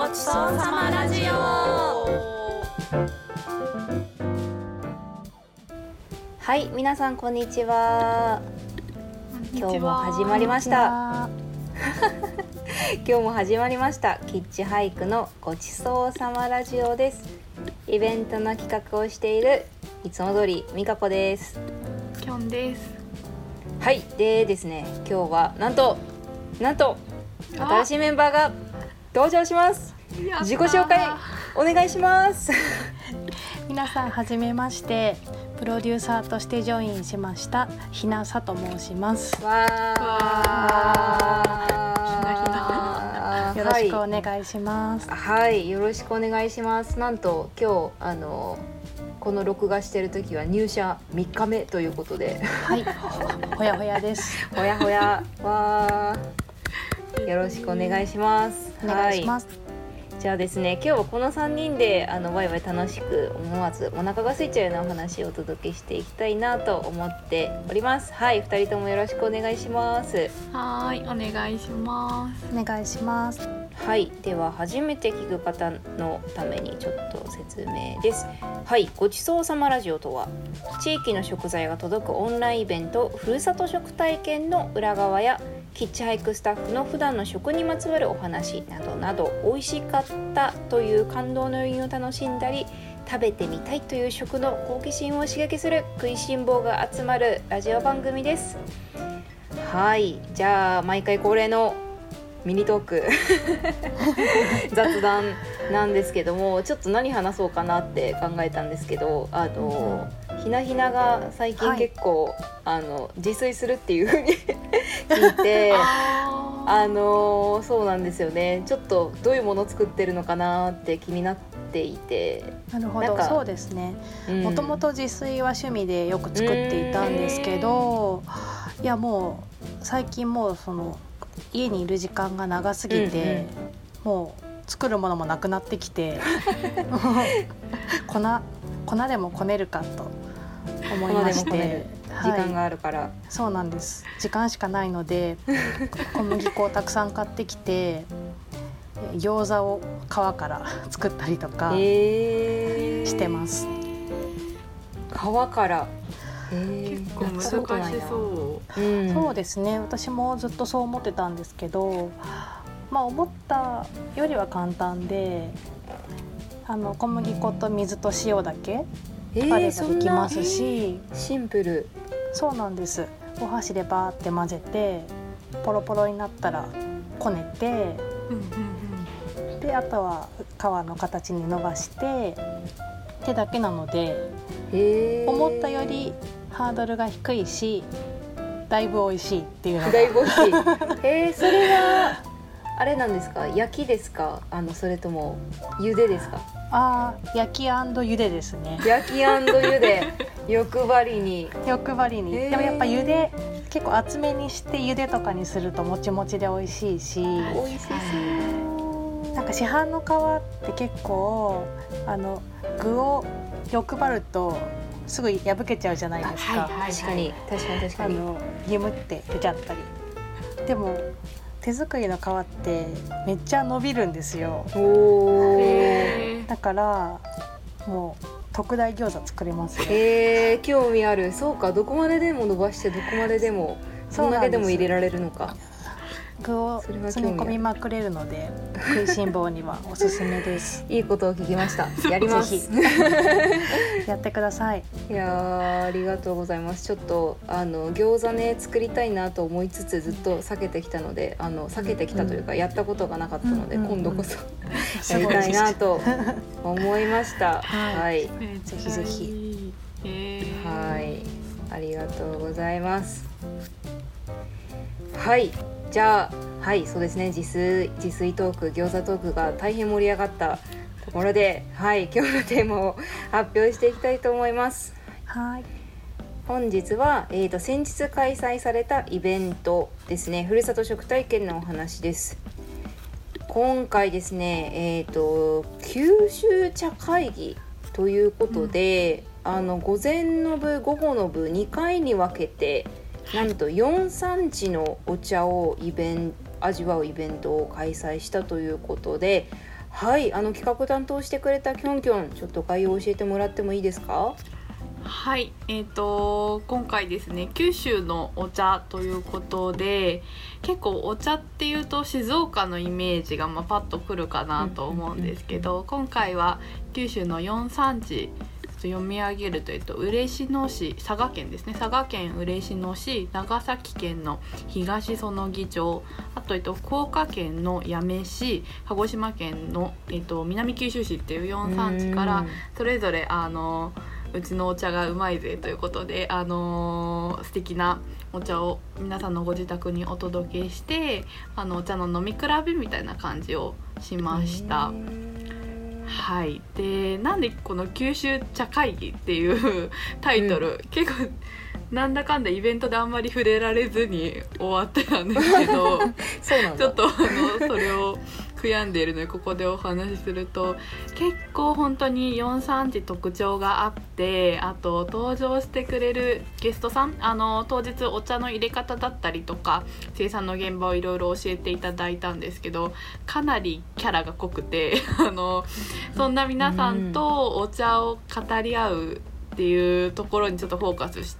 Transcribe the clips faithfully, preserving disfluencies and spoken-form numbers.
ごちそうさまラジオ。 はい、皆さんこんにちは。今日も始まりました今日も始まりましたキッチハイクのごちそうさまラジオです。イベントの企画をしているいつも通りみかこです。 きょんです。 はい、でですね、今日はなんとなんと新しいメンバーが登場します。自己紹介お願いします皆さんはじめまして、プロデューサーとしてジョインしましたひなさと申します。 わーよろしくお願いします。 はい、はい、よろしくお願いします。なんと今日あのこの録画している時は入社みっかめということで、 はい、ほやほやです。 ほやほやわーよろしくお願いします。 お願いします。 はい、じゃあですね、今日はこのさんにんであのワイワイ楽しく思わずお腹が空いちゃうようなお話をお届けしていきたいなと思っております。はい、ふたりともよろしくお願いします。 はい、お願いします。 お願いします。 はい、では初めて聞く方のためにちょっと説明です。はい、ごちそうさまラジオとは地域の食材が届くオンラインイベントふるさと食体験の裏側やキッチハイクスタッフの普段の食にまつわるお話などなど、美味しかったという感動の余韻を楽しんだり、食べてみたいという食の好奇心を刺激する食いしん坊が集まるラジオ番組です。はい、じゃあ毎回恒例のミニトーク雑談なんですけども、ちょっと何話そうかなって考えたんですけど、あの、うん、ひなひなが最近結構、はい、あの自炊するっていう風に聞いてあ, あのそうなんですよね。ちょっとどういうものを作ってるのかなって気になっていて。 なるほど、そうですね。もともと自炊は趣味でよく作っていたんですけど、いやもう最近もうその家にいる時間が長すぎて、うんうん、もう作るものもなくなってきて粉, 粉でもこねるかと思いまして、 時間があるから、はい、 そうなんです。時間しかないので小麦粉をたくさん買ってきて餃子を皮から作ったりとかしてます。 皮から結構難しそう、 うん、そうですね。私もずっとそう思ってたんですけど、まあ、思ったよりは簡単で、あの小麦粉と水と塩だけあればできますし、えー、 シンプル。 そうなんです。お箸でバーって混ぜてポロポロになったらこねて、うんうんうん、であとは皮の形に伸ばして手だけなので、えー、思ったよりハードルが低いし、だいぶ美味しいっていうのがだいぶ美味しいえー、それはあれなんですか、焼きですか、あのそれとも茹でですか。 あ、焼き&茹でですね。 焼き&茹で欲張りに欲張りに、えー、でもやっぱ茹で結構厚めにして茹でとかにするともちもちで美味しいし、美味しそう。 なんか市販の皮って結構あの具を欲張るとすぐ破けちゃうじゃないですか。 はいはい、確かに確かに確かに。 あのギムって出ちゃったり。でも手作りの皮ってめっちゃ伸びるんですよ。おー、だからもう特大餃子作れますよ。 へー、興味ある。そうか、どこまででも伸ばしてどこまででもそんだけでも入れられるのか。 具を積み込みまくれるので食いしん坊にはおすすめですいいことを聞きました。やります。 ぜひやってください。 いやありがとうございます。ちょっとあの餃子ね作りたいなと思いつつずっと避けてきたので、あの避けてきたというか、うん、やったことがなかったので、うんうんうん、今度こそやりたいなと思いました。はい、 ぜひぜひ。 はい、ありがとうございます。はい、じゃあ、はい、そうですね、自炊、自炊トーク、餃子トークが大変盛り上がったところで、はい、今日のテーマを発表していきたいと思います。 はい、 本日は、えーと、先日開催されたイベントですね、ふるさと食体験のお話です。今回ですね、えーと、九州茶会議ということで、うん、あの午前の部、午後の部にかいに分けて、なんとよん産地のお茶をイベン味わうイベントを開催したということで、 はい、あの企画担当してくれたきょんきょん、ちょっと概要を教えてもらってもいいですか？ はい、えーと今回ですね、九州のお茶ということで、結構お茶っていうと静岡のイメージがまあパッとくるかなと思うんですけど、今回は九州のよん産地読み上げると、えっと、嬉野市、佐賀県ですね、佐賀県嬉野市、長崎県の東園木町、あと、えっと、福岡県の八女市、鹿児島県の、えっと、南九州市っていうよん産地からそれぞれあのうちのお茶がうまいぜということで、あのー、素敵なお茶を皆さんのご自宅にお届けして、あのお茶の飲み比べみたいな感じをしました。はい、でなんでこの九州茶会議っていうタイトル、うん、結構なんだかんだイベントであんまり触れられずに終わってたんですけどそうなんだ。 ちょっとあのそれを悔やんでいるのでここでお話しすると、結構本当によん産地特徴があって、あと登場してくれるゲストさん、あの当日お茶の入れ方だったりとか生産の現場をいろいろ教えていただいたんですけど、かなりキャラが濃くてあのそんな皆さんとお茶を語り合うっていうところにちょっとフォーカスして、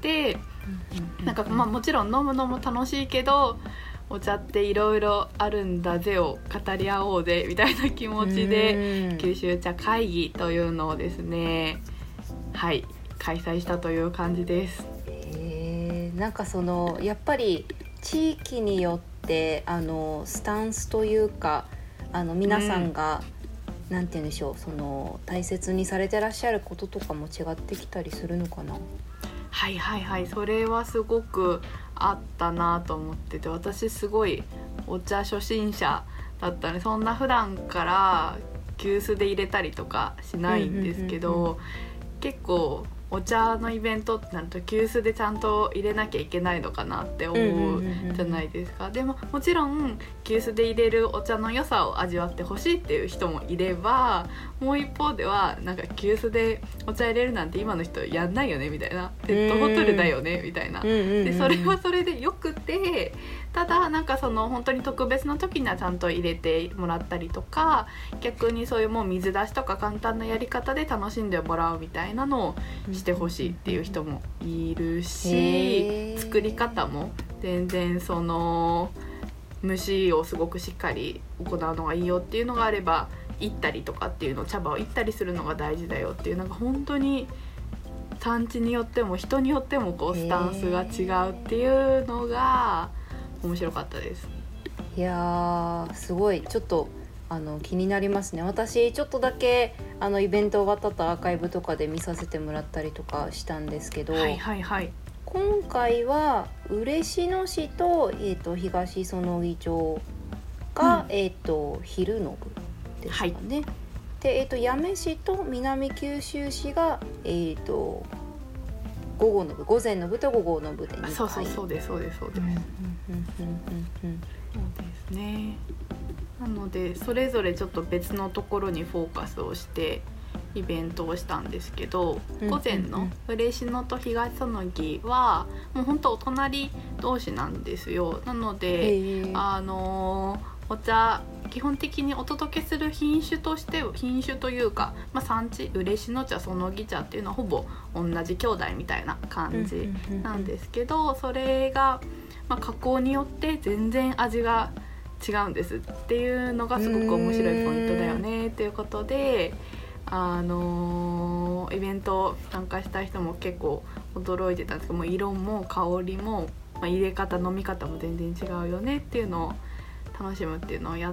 なんかまあもちろん飲むのも楽しいけど、お茶っていろいろあるんだぜを語り合おうぜみたいな気持ちで九州茶会議というのをですね、はい開催したという感じです。 えー、なんかそのやっぱり地域によってあのスタンスというか、あの皆さんが、うん、なんて言うんでしょう、その大切にされてらっしゃることとかも違ってきたりするのかな？ はいはいはい、それはすごくあったなと思ってて、私すごいお茶初心者だったので、そんな普段から急須で入れたりとかしないんですけど、うんうんうんうん、結構お茶のイベントってなると急須でちゃんと入れなきゃいけないのかなって思うじゃないですか、うんうんうんうん、でももちろん急須で入れるお茶の良さを味わってほしいっていう人もいれば、もう一方ではなんか急須でお茶入れるなんて今の人やんないよねみたいな、ペットボトルだよねみたいな、でそれはそれでよくて、ただなんかその本当に特別な時にはちゃんと入れてもらったりとか、逆にそういうもう水出しとか簡単なやり方で楽しんでもらうみたいなのをしてほしいっていう人もいるし、作り方も全然その蒸しをすごくしっかり行うのがいいよっていうのがあれば、いったりとかっていうの、茶葉をいったりするのが大事だよっていう、なんか本当に産地によっても人によってもこうスタンスが違うっていうのが面白かったです。 いやーすごい、ちょっとあの気になりますね。私ちょっとだけあのイベント終わった後アーカイブとかで見させてもらったりとかしたんですけど、 はいはいはい、 今回は嬉野市と、えー、と東園木町が、うんえー、と昼の部ですかね、はい、で、えー、と八女市と南九州市が、えー、と午後の部、午前の部と午後の部でにかい。 そうそうそうですそうですそうです、うんうんうんうんうん、そうですね。なのでそれぞれちょっと別のところにフォーカスをしてイベントをしたんですけど、午前の嬉野と東園木はもう本当お隣同士なんですよ。なのであのお茶基本的にお届けする品種として品種というか、まあ、産地嬉野茶園木茶っていうのはほぼ同じ兄弟みたいな感じなんですけど、それが、まあ、加工によって全然味が違うんですっていうのがすごく面白いポイントだよねっていうことで、あのー、イベント参加した人も結構驚いてたんですけど、もう色も香りも、まあ、入れ方飲み方も全然違うよねっていうのを楽しむっていうのをやって、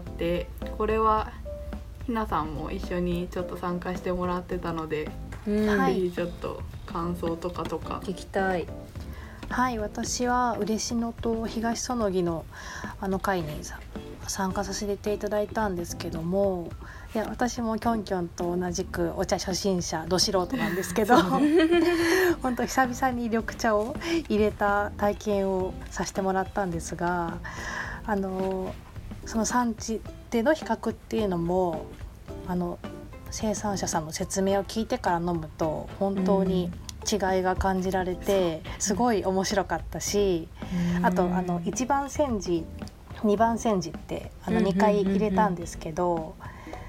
これはひなさんも一緒にちょっと参加してもらってたので、うん、ぜひちょっと感想とかとか聞きたい。 はい、私は嬉野と東園木のあの会に参加させていただいたんですけども、いや私もキョンキョンと同じくお茶初心者ど素人なんですけど本当久々に緑茶を入れた体験をさせてもらったんですが、あのその産地での比較っていうのもあの生産者さんの説明を聞いてから飲むと本当に違いが感じられて、すごい面白かったし、あとあのいちばん煎じにばん煎じってあのにかい入れたんですけど、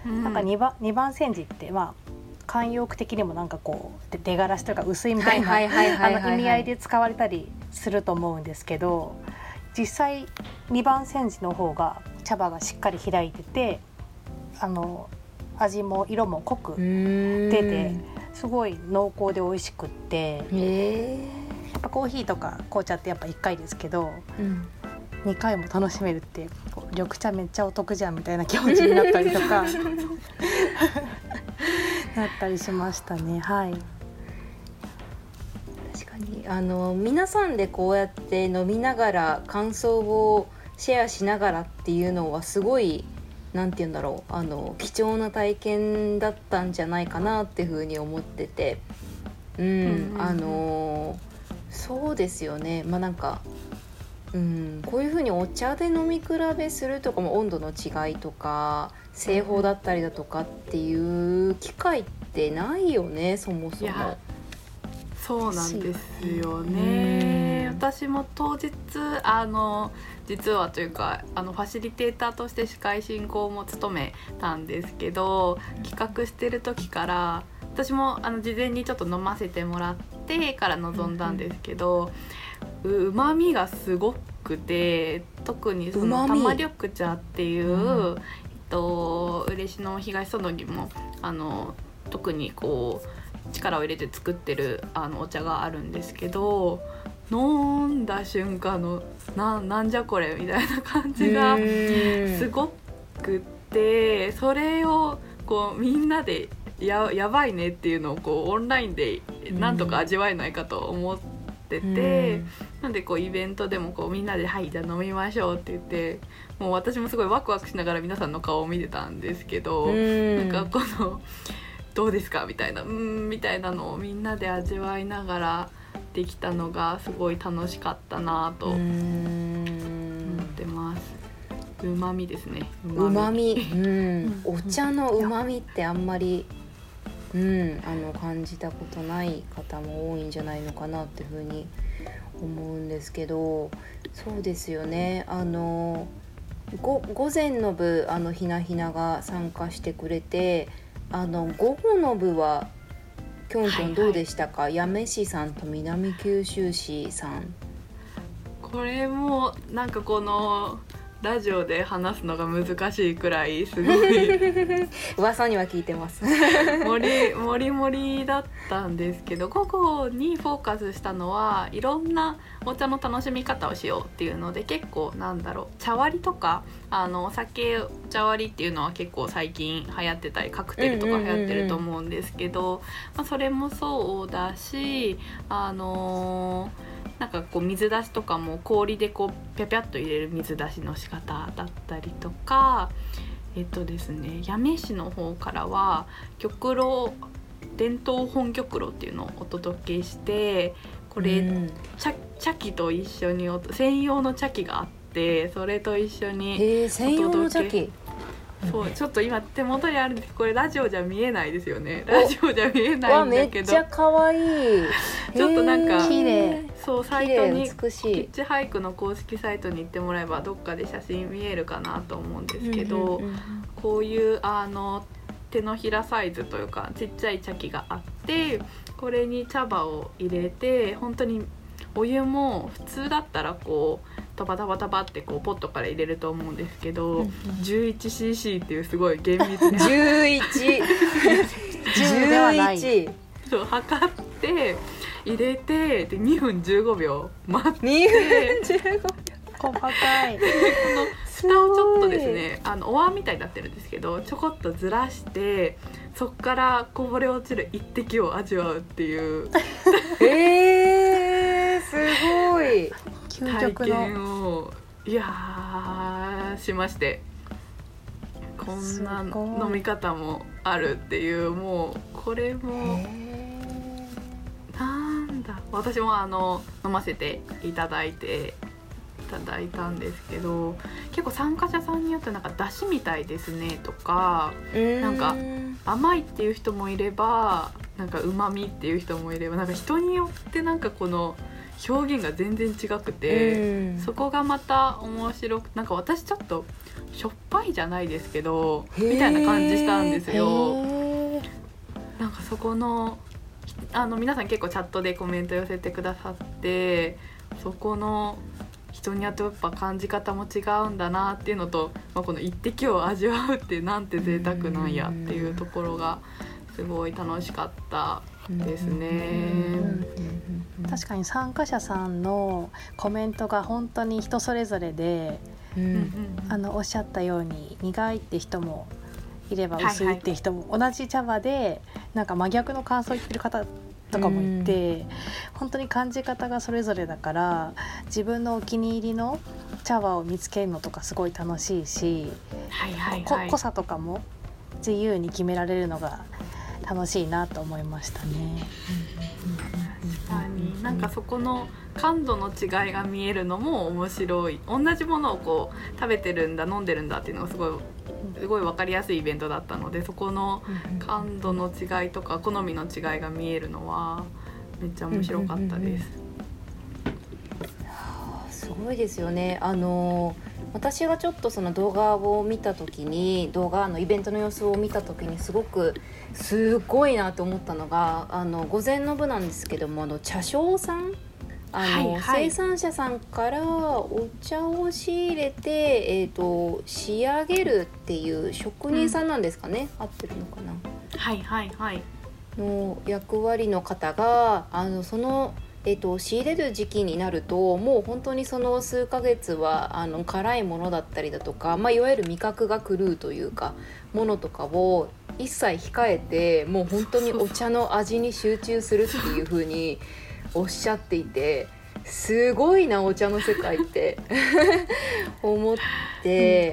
うん、 なんか 2, 番にばん煎じってまあ慣用句的にもなんかこう出がらしというか薄いみたいな意味合いで使われたりすると思うんですけど、実際にばん煎じの方が茶葉がしっかり開いてて、あの味も色も濃く出てすごい濃厚で美味しくって、 へやっぱコーヒーとか紅茶ってやっぱいっかいですけど、うん、にかいも楽しめるって緑茶めっちゃお得じゃんみたいな気持ちになったりとかなったりしましたね。はい、 確かにあの皆さんでこうやって飲みながら感想をシェアしながらっていうのはすごいなんて言うんだろう、あの貴重な体験だったんじゃないかなっていうふうに思ってて、うん、うんうん、あのそうですよね。まあなんか、うん、こういうふうにお茶で飲み比べするとかも温度の違いとか製法だったりだとかっていう機会ってないよね、そもそも。いやそうなんですよね。私も当日あの実はというかあのファシリテーターとして司会進行も務めたんですけど、企画してる時から私もあの事前にちょっと飲ませてもらってから臨んだんですけど、うまみがすごくて、特にその玉緑茶っていう、うん、えっと嬉野東そのぎもあの特にこう力を入れて作ってるあのお茶があるんですけど、飲んだ瞬間の な, なんじゃこれみたいな感じがすごくて、それをこうみんなで や, やばいねっていうのをこうオンラインでなんとか味わえないかと思ってて、なんでこうイベントでもこうみんなではいじゃあ飲みましょうって言って、もう私もすごいワクワクしながら皆さんの顔を見てたんですけど、なんかこのどうですかみたいな、うーんみたいなのをみんなで味わいながらできたのがすごい楽しかったなと思ってます。うまみですね。 うまみ、うん、お茶のうまみってあんまり、うん、あの感じたことない方も多いんじゃないのかなっていうふうに思うんですけど、そうですよね。あのご午前の部あのひなひなが参加してくれて、あの午後の部はきょんきょんどうでしたか？はいはい、八女市さんと南九州市さん。 これもなんかこのラジオで話すのが難しいくらいすごい噂には聞いてますもりもりもりだったんですけど、午後にフォーカスしたのはいろんなお茶の楽しみ方をしようっていうので、結構なんだろう、茶割りとかあのお酒お茶割りっていうのは結構最近流行ってたりカクテルとか流行ってると思うんですけど、まあ、それもそうだし、あのーなんかこう水出しとかも氷でこうピャピャっと入れる水出しの仕方だったりとか、えっとですね八女市の方からは玉露伝統本玉露っていうのをお届けして、これ、うん、茶, 茶器と一緒に専用の茶器があって、それと一緒にお届け。 専用の茶器。 そうちょっと今手元にあるんです。これラジオじゃ見えないですよね。ラジオじゃ見えないんだけど、 めっちゃ可愛い。 ちょっとなんか綺麗。 そうサイトに美しい。 キッチハイクの公式サイトに行ってもらえばどっかで写真見えるかなと思うんですけど、うんうんうん、こういうあの手のひらサイズというかちっちゃい茶器があって、これに茶葉を入れて、本当にお湯も普通だったらこうタバタバタバってこうポットから入れると思うんですけど、うんうん、じゅういちシーシー っていうすごい厳密なじゅういち じゅうではないそう測って入れて、でにふんじゅうごびょう待ってにふんじゅうごびょう細かい。 この蓋をちょっとですね、あのお椀みたいになってるんですけど、ちょこっとずらしてそこからこぼれ落ちる一滴を味わうっていうえー、すごい体験をいやーしまして、こんな飲み方もあるっていう、もうこれもなんだ、私もあの飲ませていただいていただいたんですけど、結構参加者さんによってなんか出汁みたいですねとか、なんか甘いっていう人もいれば、なんか旨味っていう人もいれば、なんか人によってなんかこの表現が全然違くて、そこがまた面白く、なんか私ちょっとしょっぱいじゃないですけどみたいな感じしたんですよ。なんかそこのあの皆さん結構チャットでコメント寄せてくださって、そこの人によってやっぱ感じ方も違うんだなっていうのと、まあ、この一滴を味わうってなんて贅沢なんやっていうところがすごい楽しかったですね。 確かに参加者さんのコメントが本当に人それぞれで、うん、あのおっしゃったように苦いって人もいれば薄いって人も、はいはい、同じ茶葉でなんか真逆の感想を言ってる方とかもいて、うん、本当に感じ方がそれぞれだから自分のお気に入りの茶葉を見つけるのとかすごい楽しいし、はいはいはい、こ濃さとかも自由に決められるのが楽しいなと思いましたね。 確かになんかそこの感度の違いが見えるのも面白い。同じものをこう食べてるんだ飲んでるんだっていうのがすごいすごい分かりやすいイベントだったので、そこの感度の違いとか好みの違いが見えるのはめっちゃ面白かったです。 すごいですよね。あの私がちょっとその動画を見た時に動画のイベントの様子を見た時にすごくすごいなと思ったのが、あの午前の部なんですけども、あの茶商さんあの、はいはい、生産者さんからお茶を仕入れて、えーと、仕上げるっていう職人さんなんですかね、うん、合ってるのかな、 はいはいはいの役割の方があのそのえー、と仕入れる時期になるともう本当にその数ヶ月はあの辛いものだったりだとか、まあ、いわゆる味覚が狂うというかものとかを一切控えて、もう本当にお茶の味に集中するっていう風におっしゃっていて、すごいなお茶の世界って思って、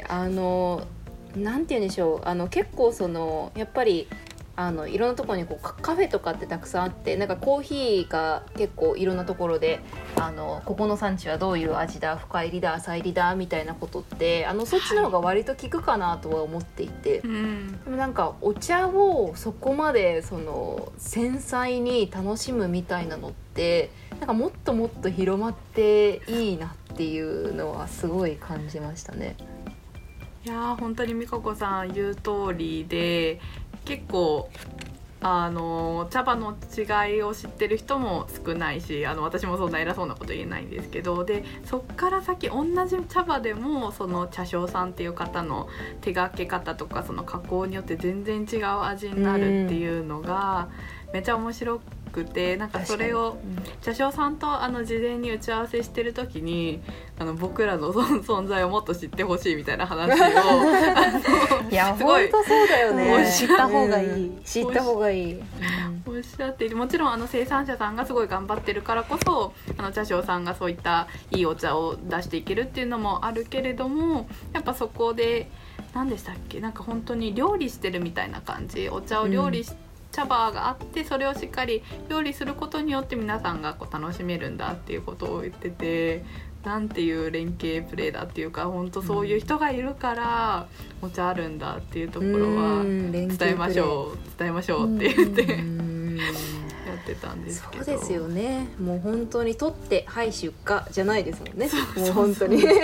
あのなんて言うんでしょう、あの結構そのやっぱりあのいろんなところにこうカフェとかってたくさんあって、なんかコーヒーが結構いろんなところであのここの産地はどういう味だ、深入りだ浅入りだみたいなことってあのそっちの方が割と効くかなとは思っていて、はい、でもなんかお茶をそこまでその繊細に楽しむみたいなのってなんかもっともっと広まっていいなっていうのはすごい感じましたね。 いや本当に美香子さん言う通りで、結構あの茶葉の違いを知ってる人も少ないし、あの私もそんな偉そうなこと言えないんですけど、でそっから先同じ茶葉でもその茶商さんっていう方の手がけ方とかその加工によって全然違う味になるっていうのがめっちゃ面白くて、なんかそれを茶商さんとあの事前に打ち合わせしてる時にあの僕らの存在をもっと知ってほしいみたいな話をいや本当そうだよね、 知った方がいい、うん、 知った方がいい、 おっしゃっている。もちろんあの生産者さんがすごい頑張ってるからこそあの茶商さんがそういったいいお茶を出していけるっていうのもあるけれども、やっぱそこで何でしたっけ、なんか本当に料理してるみたいな感じ、お茶を料理して、うん茶葉があってそれをしっかり料理することによって皆さんがこう楽しめるんだっていうことを言ってて、なんていう連携プレーだっていうか、本当そういう人がいるからお茶あるんだっていうところは伝えましょう伝えましょうって言ってやってたんですけど。 そうですよね、もう本当に取ってはい出荷じゃないですもんね。もう本当に同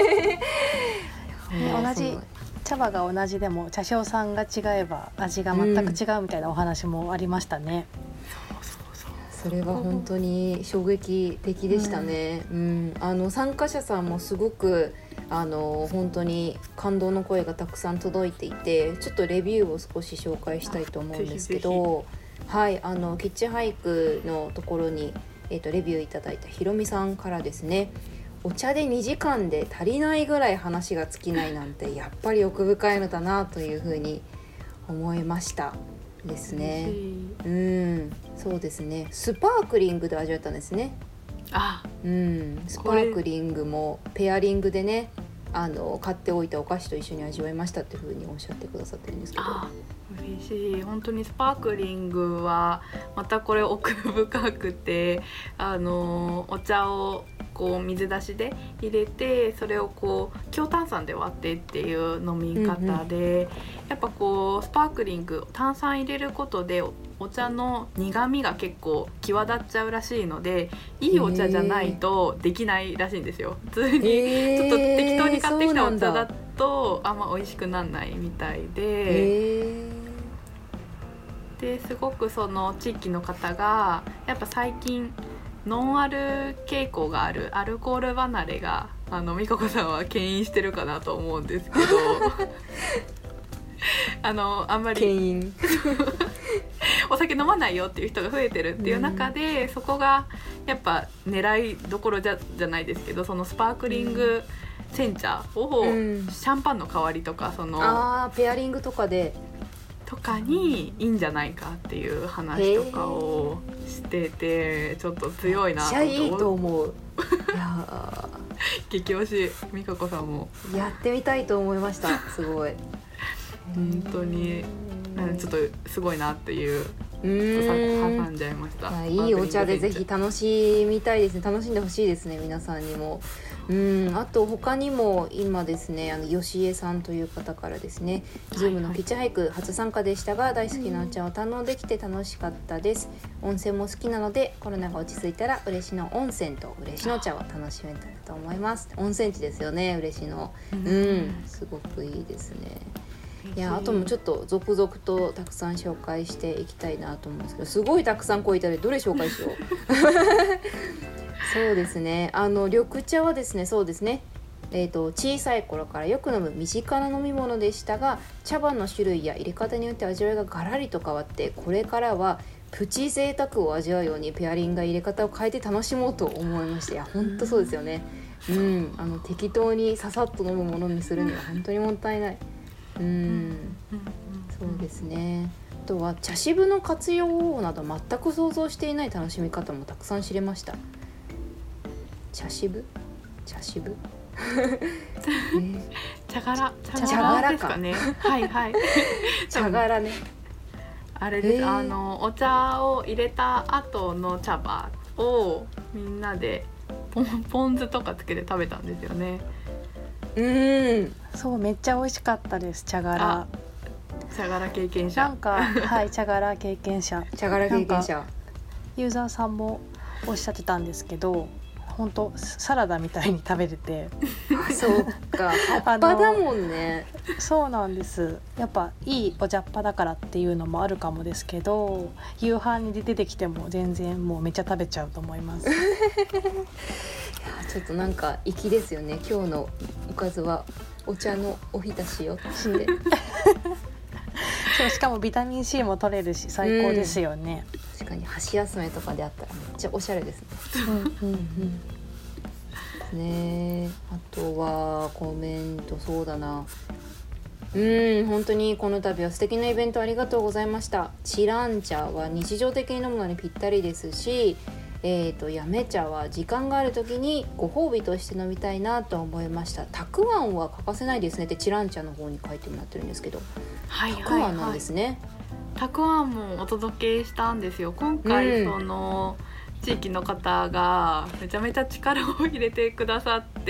じ茶葉が同じでも茶商さんが違えば味が全く違うみたいなお話もありましたね、 うん、そうそうそう、それは本当に衝撃的でしたね、うんうん、あの参加者さんもすごくあの本当に感動の声がたくさん届いていて、ちょっとレビューを少し紹介したいと思うんですけど、はい、あのキッチンハイクのところに、えーと、レビューいただいたひろみさんからですね、お茶でにじかんで足りないぐらい話が尽きないなんてやっぱり奥深いのだなというふうに思いましたですね。うん、そうですね、スパークリングで味わったんですね。 あ、 うん、スパークリングもペアリングでね、あの買っておいたお菓子と一緒に味わいましたっていうふうにおっしゃってくださってるんですけど、 あ、嬉しい。本当にスパークリングはまたこれ奥深くて、あのお茶をこう水出しで入れてそれをこう強炭酸で割ってっていう飲み方で、うんうん、やっぱこうスパークリング炭酸入れることでお茶の苦味が結構際立っちゃうらしいので、いいお茶じゃないとできないらしいんですよ。普通にちょっと適当に買ってきたお茶だっとあんま美味しくならないみたいで、 へー。 ですごくその地域の方がやっぱ最近ノンアル傾向がある、アルコール離れがあの美香子さんは牽引してるかなと思うんですけどあのあんまり牽引お酒飲まないよっていう人が増えてるっていう中で、うん、そこがやっぱ狙いどころじゃ、じゃないですけど、そのスパークリング煎茶を、うん、シャンパンの代わりとかそのあーペアリングとかでとかにいいんじゃないかっていう話とかをしてて、ちょっと強いなと思って。 めっちゃいいと思う。いや激推し美香子さんもやってみたいと思いました。すごい本当にちょっとすごいなっていう、ちょっと挟んじゃいました。 いいお茶でぜひ楽しみたいですね。楽しんでほしいですね、皆さんにも。うん、あと他にも今ですね、あの吉江さんという方からですね、ズームのピッチハイク初参加でしたが、大好きなお茶を堪能できて楽しかったです。温泉も好きなので、コロナが落ち着いたら嬉野温泉と嬉野茶を楽しめたらと思います。温泉地ですよね、嬉野。うん、すごくいいですね。いや、あともちょっと続々とたくさん紹介していきたいなと思うんですけど、すごいたくさんこういただいて、どれ紹介しようそうですね、あの緑茶はですね、そうですね、えーと、小さい頃からよく飲む身近な飲み物でしたが、茶葉の種類や入れ方によって味わいがガラリと変わって、これからはプチ贅沢を味わうようにペアリングが入れ方を変えて楽しもうと思いました。いや本当そうですよね。うん、あの適当にささっと飲むものにするには本当にもったいない。うん、そうですね。あとは茶渋の活用など全く想像していない楽しみ方もたくさん知れました。茶渋茶渋茶殻茶殻ですかね。はいはい茶殻ね。 あれです、あのお茶を入れた後の茶葉をみんなでポン、ポン酢とかつけて食べたんですよね。 うん、 そう、めっちゃ美味しかったです。茶殻茶殻経験者なんかはい茶殻経験者茶殻経験者ユーザーさんもおっしゃってたんですけど、本当サラダみたいに食べれてあ、そうか、葉っぱだもんね。 そうなんです。やっぱいいお茶っ葉だからっていうのもあるかもですけど、夕飯に出てきても全然もうめっちゃ食べちゃうと思いますいやちょっとなんか粋ですよね。今日のおかずはお茶のおひたしよってそうしかもビタミン C も取れるし最高ですよね、 うん、確かに箸休めとかであったらめっちゃおしゃれですね。 うんうんうん、ね、あとはコメント、そうだな、うん本当にこの度は素敵なイベントありがとうございました。チラン茶は日常的に飲むのにぴったりですし、えーと、やめ茶は時間がある時にご褒美として飲みたいなと思いました。たくあんは欠かせないですねってチラン茶の方に書いてもらってるんですけど、 はいはいはい、 たくあんなんですね。 たくあんもお届けしたんですよ今回。その、うん、地域の方がめちゃめちゃ力を入れてくださって、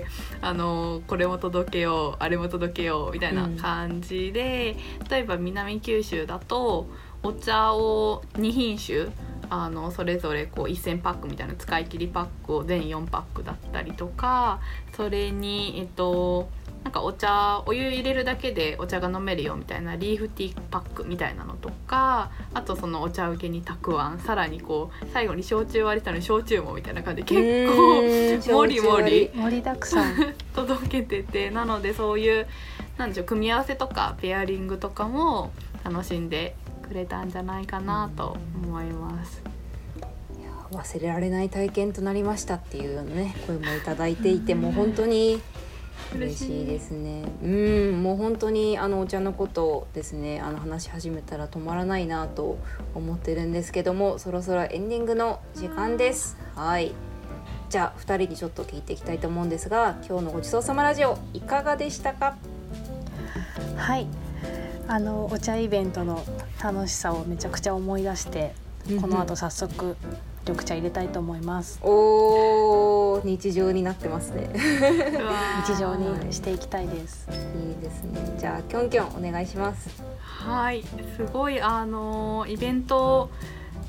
あのこれも届けようあれも届けようみたいな感じで、うん、例えば南九州だとお茶をに品種あのそれぞれこうせんパックみたいな使い切りパックを全よんパックだったりとか、それにえっとなんかお茶お湯入れるだけでお茶が飲めるよみたいなリーフティーパックみたいなのとか、あとそのお茶受けにたくあん、さらにこう最後に焼酎割りしたのに焼酎もみたいな感じで結構もりもり盛りだくさん届けてて、なのでそういうなんでしょう組み合わせとかペアリングとかも楽しんでくれたんじゃないかなと思います。 いや忘れられない体験となりましたっていうね声もいただいていて、もう本当に嬉しいですね。うんもう本当にあのお茶のことをですねあの話し始めたら止まらないなと思ってるんですけども、そろそろエンディングの時間です。はい、じゃあふたりにちょっと聞いていきたいと思うんですが、今日のごちそうさまラジオいかがでしたか？ はい、あのお茶イベントの楽しさをめちゃくちゃ思い出して、うんうん、この後早速緑茶入れたいと思います。 おー、日常になってますね日常にしていきたいです。 いいですね。じゃあキョンキョンお願いします。 はい、すごいあのイベント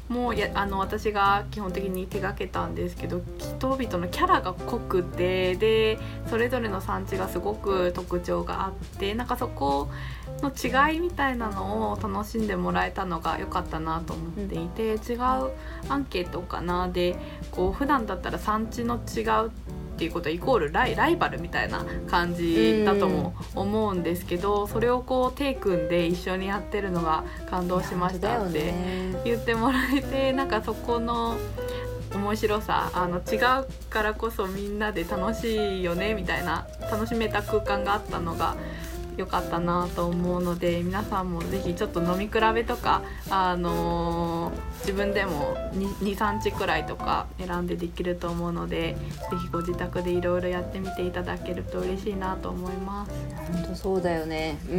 もやあの私が基本的に手がけたんですけど、人々のキャラが濃くて、でそれぞれの産地がすごく特徴があって、なんかそこの違いみたいなのを楽しんでもらえたのが良かったなと思っていて、違うアンケートかなでこう普段だったら産地の違うっていうことはイコールライ、ライバルみたいな感じだとも思うんですけど、それをこう手組んで一緒にやってるのが感動しましたって言ってもらえて、なんかそこの面白さ、あの違うからこそみんなで楽しいよねみたいな、楽しめた空間があったのが良かったなと思うので、皆さんもぜひちょっと飲み比べとか、あのー、自分でも にさんちくらいとか選んでできると思うので、ぜひご自宅でいろいろやってみていただけると嬉しいなと思います。 本当そうだよね。うん。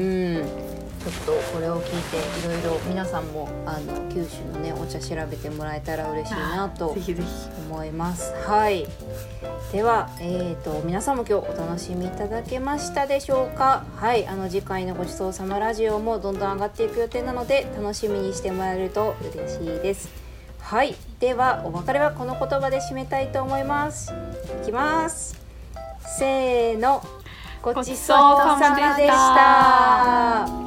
ちょっとこれを聞いていろいろ皆さんもあの九州のねお茶調べてもらえたら嬉しいなとぜひぜひ思います。はい。では、えーと、皆さんも今日お楽しみいただけましたでしょうか。はい、あの次回のごちそうさまラジオもどんどん上がっていく予定なので、楽しみにしてもらえると嬉しいです。はい、ではお別れはこの言葉で締めたいと思います。いきます。せーの、ごちそうさまでした。